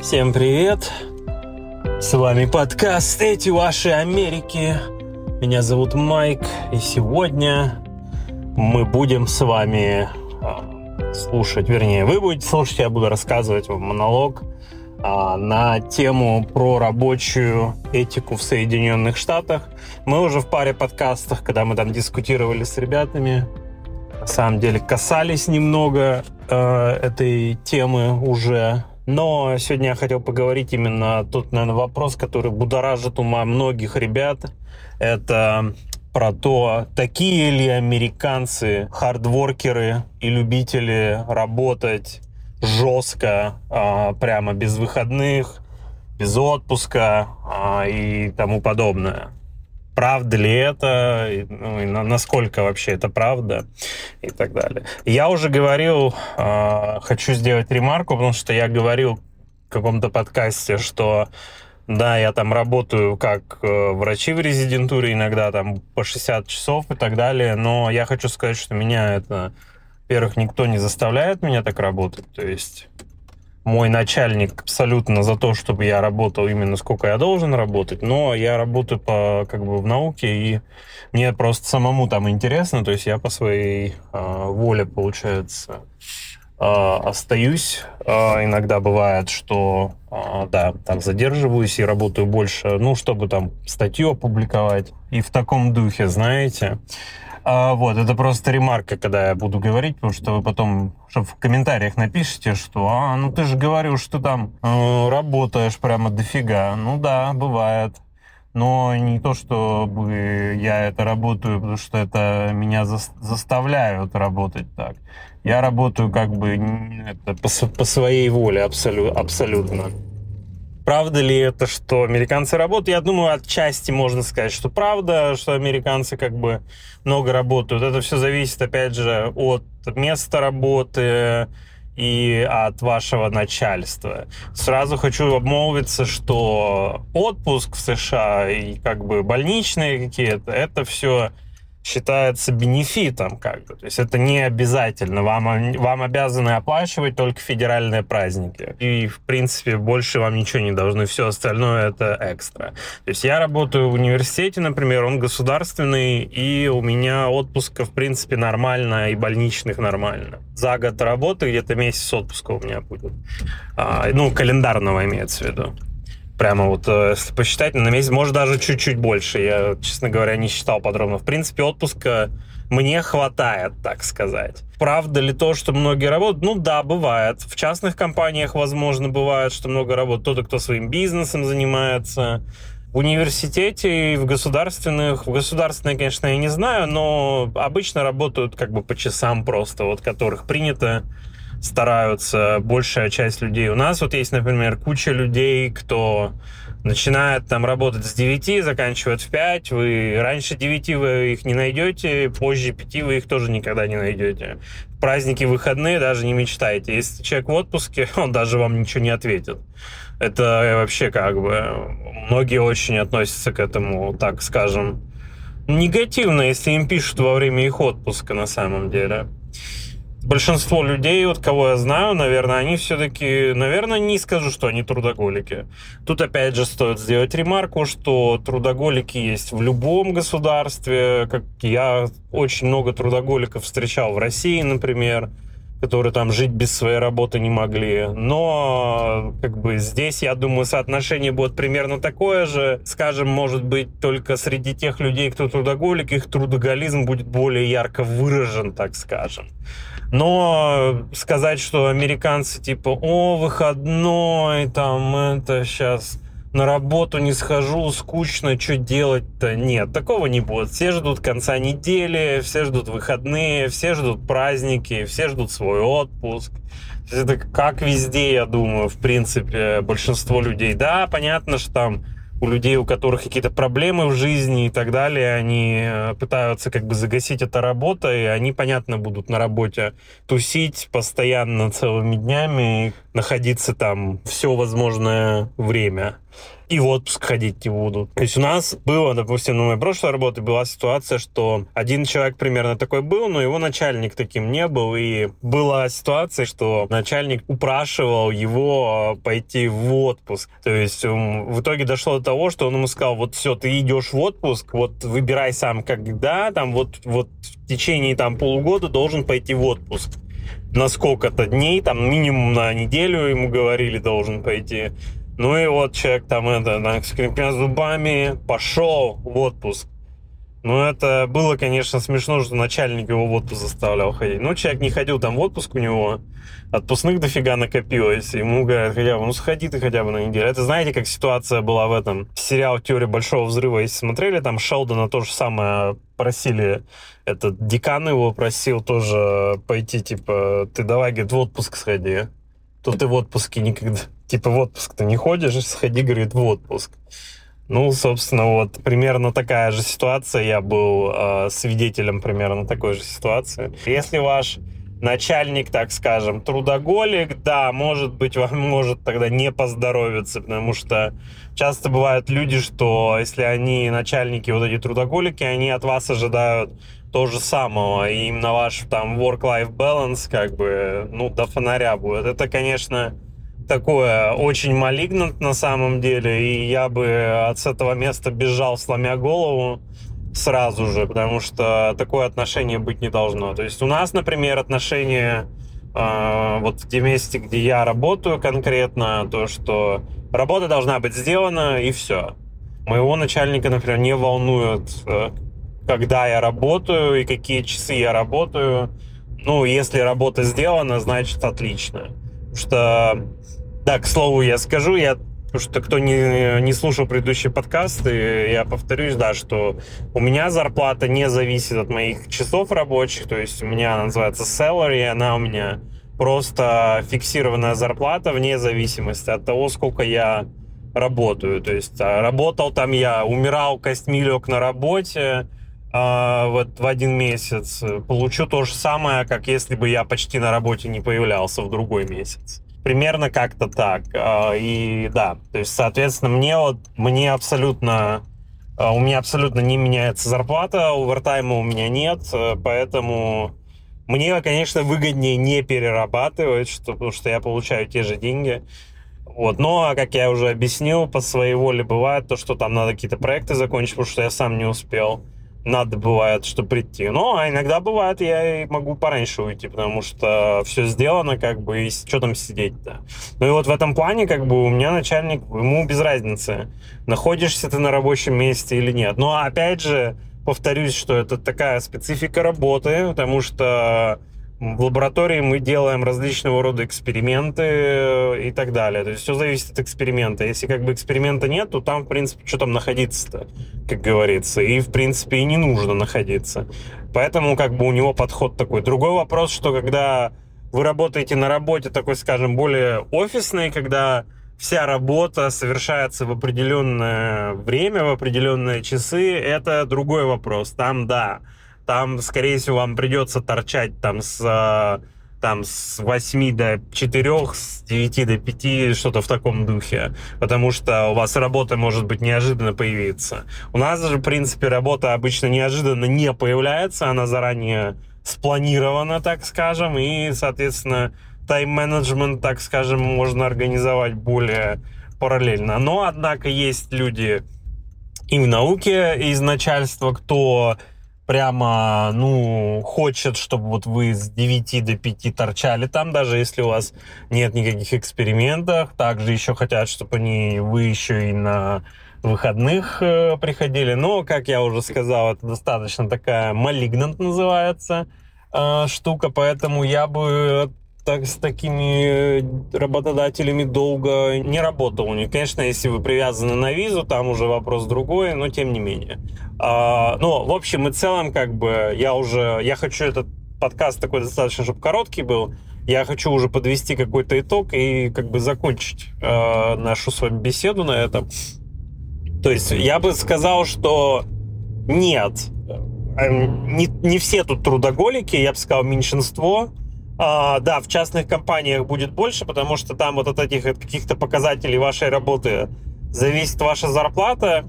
Всем привет! С вами подкаст «Эти ваши Америки». Меня зовут Майк, и сегодня мы будем с вами слушать, вернее, вы будете слушать, я буду рассказывать вам монолог на тему про рабочую этику в Соединенных Штатах. Мы уже в паре подкастов, когда мы там дискутировали с ребятами, на самом деле касались немного этой темы уже. Но сегодня я хотел поговорить именно тот, наверное, вопрос, который будоражит ума многих ребят. Это про то, такие ли американцы хардворкеры и любители работать жестко, прямо без выходных, без отпуска и тому подобное. Правда ли это, и насколько вообще это правда, и так далее. Я уже говорил, хочу сделать ремарку, потому что я говорил в каком-то подкасте, что да, я там работаю как врачи в резидентуре, иногда там по 60 часов и так далее, но я хочу сказать, что меня это, во-первых, никто не заставляет меня так работать, то есть мой начальник абсолютно за то, чтобы я работал именно сколько я должен работать, но я работаю в науке, и мне просто самому там интересно, то есть я по своей воле, получается, остаюсь. Иногда бывает, что там задерживаюсь и работаю больше, чтобы там статью опубликовать, и в таком духе, знаете. Это просто ремарка, когда я буду говорить, потому что вы потом в комментариях напишите, что ты же говорил, что там работаешь прямо дофига. Ну да, бывает. Но не то, чтобы я это работаю, потому что это меня заставляют работать так. Я работаю по своей воле абсолютно. Правда ли это, что американцы работают? Я думаю, отчасти можно сказать, что правда, что американцы много работают. Это все зависит, опять же, от места работы и от вашего начальства. Сразу хочу обмолвиться, что отпуск в США и больничные какие-то, это все считается бенефитом, То есть это не обязательно. Вам обязаны оплачивать только федеральные праздники. И, в принципе, больше вам ничего не должны. Все остальное — это экстра. То есть я работаю в университете, например, он государственный, и у меня отпуска, в принципе, нормально, и больничных нормально. За год работы где-то месяц отпуска у меня будет. Календарного имеется в виду. Прямо если посчитать, на месяц, может, даже чуть-чуть больше. Я, честно говоря, не считал подробно. В принципе, отпуска мне хватает, так сказать. Правда ли то, что многие работают? Да, бывает. В частных компаниях, возможно, бывает, что много работает. Кто-то, кто своим бизнесом занимается. В университете и в государственной, конечно, я не знаю, но обычно работают по часам просто, которых принято. Стараются большая часть людей. У нас есть, например, куча людей, кто начинает работать с 9, заканчивает в 5. Вы раньше 9 вы их не найдете, позже 5 вы их тоже никогда не найдете. В праздники, выходные даже не мечтайте. Если человек в отпуске, он даже вам ничего не ответит. Это вообще многие очень относятся к этому, так скажем, негативно, если им пишут во время их отпуска на самом деле. Большинство людей, кого я знаю, наверное, они все-таки, не скажу, что они трудоголики. Тут, опять же, стоит сделать ремарку, что трудоголики есть в любом государстве. Я очень много трудоголиков встречал в России, например, которые там жить без своей работы не могли. Но, здесь, я думаю, соотношение будет примерно такое же. Скажем, может быть, только среди тех людей, кто трудоголик, их трудоголизм будет более ярко выражен, так скажем. Но сказать, что американцы выходной, сейчас на работу не схожу, скучно, что делать-то? Нет, такого не будет. Все ждут конца недели, все ждут выходные, все ждут праздники, все ждут свой отпуск. Это как везде, я думаю, в принципе, большинство людей. Да, понятно, что там у людей, у которых какие-то проблемы в жизни и так далее, они пытаются загасить это работой, и они, понятно, будут на работе тусить постоянно целыми днями. находиться там все возможное время. И в отпуск ходить не будут. То есть у нас было, допустим, на моей прошлой работе была ситуация, что один человек примерно такой был, но его начальник таким не был. И была ситуация, что начальник упрашивал его пойти в отпуск. То есть в итоге дошло до того, что он ему сказал: вот все, ты идешь в отпуск, вот выбирай сам когда, там вот в течение там полугода должен пойти в отпуск. На сколько-то дней, там минимум на неделю ему говорили, должен пойти. Ну и вот человек там скрипя зубами, пошел в отпуск. Ну это было, конечно, смешно, что начальник его в отпуск заставлял ходить. Но человек не ходил там в отпуск, у него отпускных дофига накопилось. Ему говорят: хотя бы, сходи ты хотя бы на неделю. Это знаете, как ситуация была в этом сериал «Теория большого взрыва», если смотрели, там Шелдона то же самое просили. Этот декан его просил тоже пойти, типа, ты давай, говорит, в отпуск сходи. Тут ты в отпуске никогда... Типа, в отпуск-то не ходишь, сходи, говорит, в отпуск. Ну, собственно, вот примерно такая же ситуация. Я был свидетелем примерно такой же ситуации. Если ваш начальник, так скажем, трудоголик, да, может быть, вам может тогда не поздоровиться, потому что часто бывают люди, что если они начальники, вот эти трудоголики, они от вас ожидают то же самого, и им на ваш там work-life balance как бы, ну, до фонаря будет. Это, конечно, такое очень малигнант на самом деле, и я бы с этого места бежал, сломя голову сразу же, потому что такое отношение быть не должно. То есть у нас, например, отношения вот в том месте, где я работаю конкретно, то, что работа должна быть сделана, и все. Моего начальника, например, не волнует, когда я работаю и какие часы я работаю. Ну, если работа сделана, значит, отлично. Потому что, да, к слову, я скажу, потому что кто не слушал предыдущие подкасты, я повторюсь, да, что у меня зарплата не зависит от моих часов рабочих, то есть у меня она называется salary, она у меня просто фиксированная зарплата вне зависимости от того, сколько я работаю. То есть работал там я, умирал, костьми лег на работе, вот в один месяц, получу то же самое, как если бы я почти на работе не появлялся в другой месяц. Примерно как-то так. И да, то есть, соответственно, у меня абсолютно не меняется зарплата, овертайма у меня нет, поэтому мне, конечно, выгоднее не перерабатывать, потому что я получаю те же деньги. Вот. Но, как я уже объяснил, по своей воле бывает то, что там надо какие-то проекты закончить, потому что я сам не успел. Надо бывает, что прийти. Ну, а иногда бывает, я и могу пораньше уйти, потому что все сделано, как бы, и что там сидеть-то. Ну и вот в этом плане, как бы, у меня начальник, ему без разницы, находишься ты на рабочем месте или нет. Но, опять же, повторюсь, что это такая специфика работы, потому что в лаборатории мы делаем различного рода эксперименты и так далее. То есть все зависит от эксперимента. Если как бы эксперимента нет, то там, в принципе, что там находиться-то, как говорится. И, в принципе, и не нужно находиться. Поэтому как бы у него подход такой. Другой вопрос, что когда вы работаете на работе такой, скажем, более офисной, когда вся работа совершается в определенное время, в определенные часы, это другой вопрос. Там, да, там, скорее всего, вам придется торчать там с 8 до 4, с 9 до 5, что-то в таком духе. Потому что у вас работа может быть неожиданно появиться. У нас же, в принципе, работа обычно неожиданно не появляется, она заранее спланирована, так скажем, и, соответственно, тайм-менеджмент, так скажем, можно организовать более параллельно. Но, однако, есть люди и в науке, из начальства, кто прямо, хочет, чтобы вот вы с 9 до 5 торчали там, даже если у вас нет никаких экспериментов. Также еще хотят, чтобы вы еще и на выходных приходили. Но, как я уже сказал, это достаточно такая малигнант называется штука, поэтому я бы с такими работодателями долго не работал у них. Конечно, если вы привязаны на визу, там уже вопрос другой, но тем не менее. В общем и целом, как бы, я хочу этот подкаст такой достаточно, чтобы короткий был. Я хочу уже подвести какой-то итог и как бы закончить нашу с вами беседу на этом. То есть я бы сказал, что нет, не все тут трудоголики, я бы сказал, меньшинство. Да, в частных компаниях будет больше, потому что там вот от этих от каких-то показателей вашей работы зависит ваша зарплата.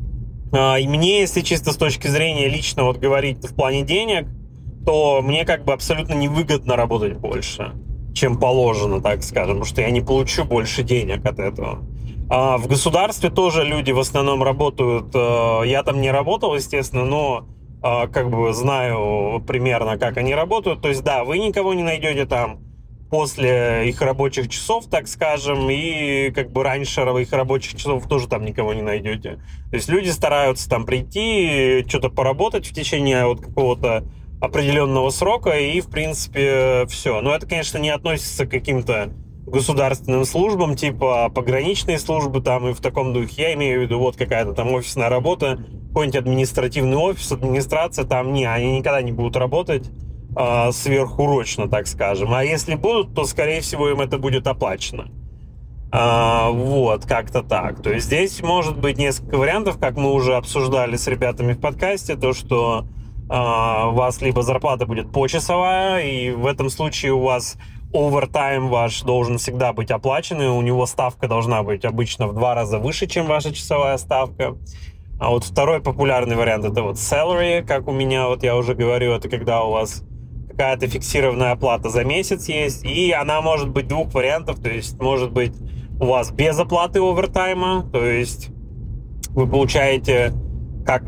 И мне, если чисто с точки зрения лично вот говорить в плане денег, то мне как бы абсолютно невыгодно работать больше, чем положено, так скажем, потому что я не получу больше денег от этого. В государстве тоже люди в основном работают. Я там не работал, естественно, но как бы знаю примерно, как они работают. То есть, да, вы никого не найдете там после их рабочих часов, так скажем, и как бы раньше их рабочих часов тоже там никого не найдете. То есть люди стараются там прийти, что-то поработать в течение вот какого-то определенного срока, и, в принципе, все. Но это, конечно, не относится к каким-то государственным службам, типа пограничные службы там и в таком духе. Я имею в виду вот какая-то там офисная работа, какой-нибудь административный офис, администрация, там они никогда не будут работать сверхурочно, так скажем. А если будут, то, скорее всего, им это будет оплачено. Вот, как-то так. То есть здесь может быть несколько вариантов, как мы уже обсуждали с ребятами в подкасте, то, что у вас либо зарплата будет почасовая, и в этом случае у вас овертайм ваш должен всегда быть оплачен, и у него ставка должна быть обычно в 2 раза выше, чем ваша часовая ставка. А вот второй популярный вариант — это вот salary, как у меня, вот я уже говорю, это когда у вас какая-то фиксированная оплата за месяц есть, и она может быть 2 вариантов, то есть может быть у вас без оплаты овертайма, то есть вы получаете, как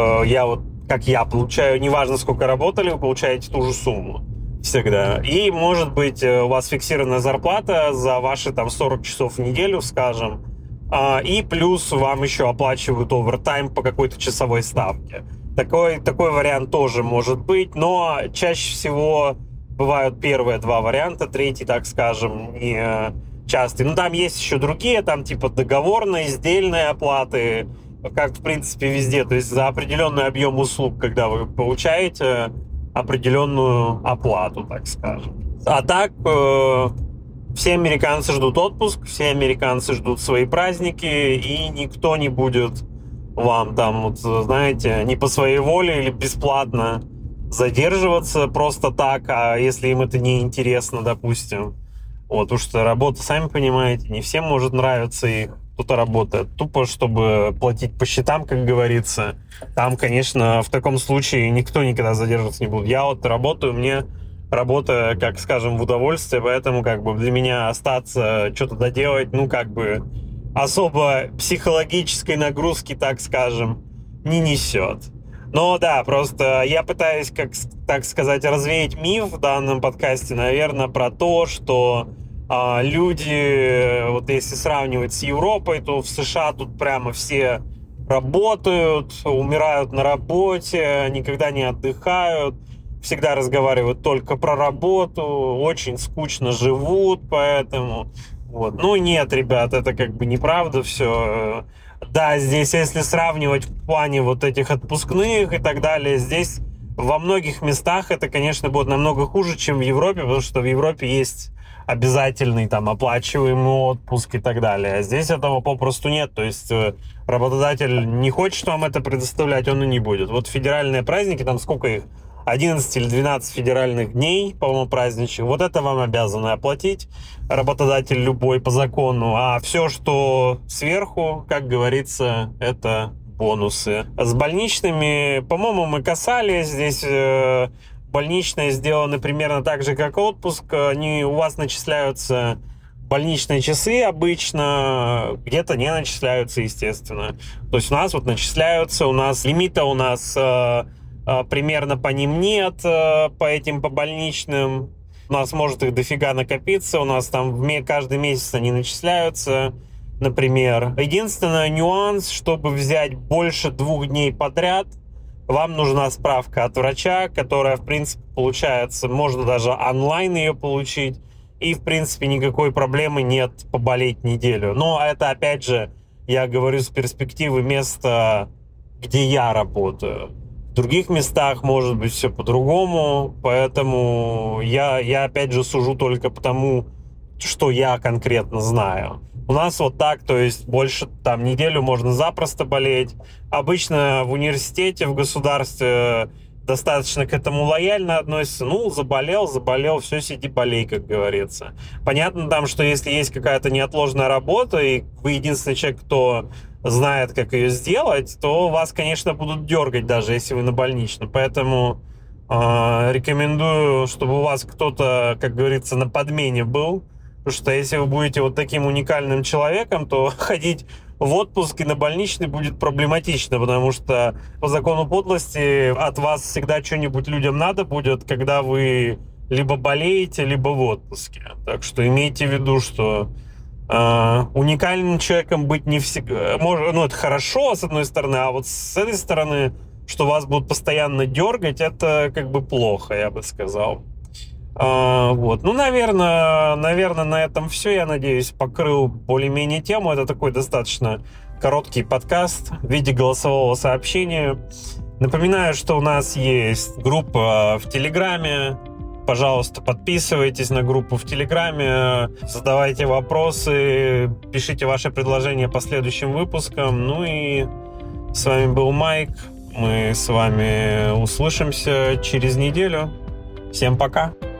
я получаю, неважно сколько работали, вы получаете ту же сумму всегда. И может быть у вас фиксированная зарплата за ваши там 40 часов в неделю, скажем, и плюс вам еще оплачивают овертайм по какой-то часовой ставке. Такой вариант тоже может быть, но чаще всего бывают первые 2 варианта, третий, так скажем, не частый. Ну, там есть еще другие, там типа договорные, сдельные оплаты, как в принципе везде, то есть за определенный объем услуг, когда вы получаете определенную оплату, так скажем. А так, все американцы ждут отпуск, все американцы ждут свои праздники, и никто не будет вам там, вот, знаете, не по своей воле или бесплатно задерживаться просто так, а если им это не интересно, допустим. Вот, потому что работа, сами понимаете, не всем может нравиться, и кто-то работает тупо, чтобы платить по счетам, как говорится. Там, конечно, в таком случае никто никогда задерживаться не будет. Я вот работаю, мне работа, как скажем, в удовольствие, поэтому как бы для меня остаться, что-то доделать, ну как бы особо психологической нагрузки, так скажем, не несет. Но да, просто я пытаюсь, как так сказать, развеять миф в данном подкасте, наверное, про то, что люди, вот если сравнивать с Европой, то в США тут прямо все работают, умирают на работе, никогда не отдыхают, всегда разговаривают только про работу, очень скучно живут, поэтому... Вот. Ну нет, ребят, это как бы неправда все. Да, здесь, если сравнивать в плане вот этих отпускных и так далее, здесь во многих местах это, конечно, будет намного хуже, чем в Европе, потому что в Европе есть обязательный там оплачиваемый отпуск и так далее. А здесь этого попросту нет. То есть работодатель не хочет вам это предоставлять, он и не будет. Вот федеральные праздники, там сколько их? 11 или 12 федеральных дней, по-моему, праздничных. Вот это вам обязаны оплатить работодатель любой по закону. А все, что сверху, как говорится, это бонусы. С больничными, по-моему, мы касались. Здесь больничные сделаны примерно так же, как отпуск. Они у вас начисляются больничные часы обычно, где-то не начисляются, естественно. То есть у нас вот начисляются, у нас лимита у нас... примерно по ним нет, по этим, по больничным. У нас может их дофига накопиться, у нас там каждый месяц они начисляются, например. Единственный нюанс, чтобы взять больше 2 дней подряд, вам нужна справка от врача, которая, в принципе, получается, можно даже онлайн ее получить, и, в принципе, никакой проблемы нет поболеть неделю. Но это, опять же, я говорю с перспективы места, где я работаю. В других местах может быть все по-другому, поэтому я опять же сужу только потому, что я конкретно знаю. У нас вот так, то есть больше там неделю можно запросто болеть. Обычно в университете, в государстве достаточно к этому лояльно относятся. Ну, заболел, все, сиди, болей, как говорится. Понятно там, что если есть какая-то неотложная работа, и вы единственный человек, кто знает, как ее сделать, то вас, конечно, будут дергать, даже если вы на больничном. Поэтому рекомендую, чтобы у вас кто-то, как говорится, на подмене был. Потому что если вы будете вот таким уникальным человеком, то ходить в отпуск и на больничный будет проблематично, потому что по закону подлости от вас всегда что-нибудь людям надо будет, когда вы либо болеете, либо в отпуске. Так что имейте в виду, что уникальным человеком быть не всегда... Ну, это хорошо, с одной стороны, а вот с этой стороны, что вас будут постоянно дергать, это как бы плохо, я бы сказал. Вот. Ну, наверное, на этом все. Я надеюсь, покрыл более-менее тему. Это такой достаточно короткий подкаст в виде голосового сообщения. Напоминаю, что у нас есть группа в Телеграме. Пожалуйста, подписывайтесь на группу в Телеграме, задавайте вопросы, пишите ваши предложения по следующим выпускам. Ну и с вами был Майк. Мы с вами услышимся через неделю. Всем пока!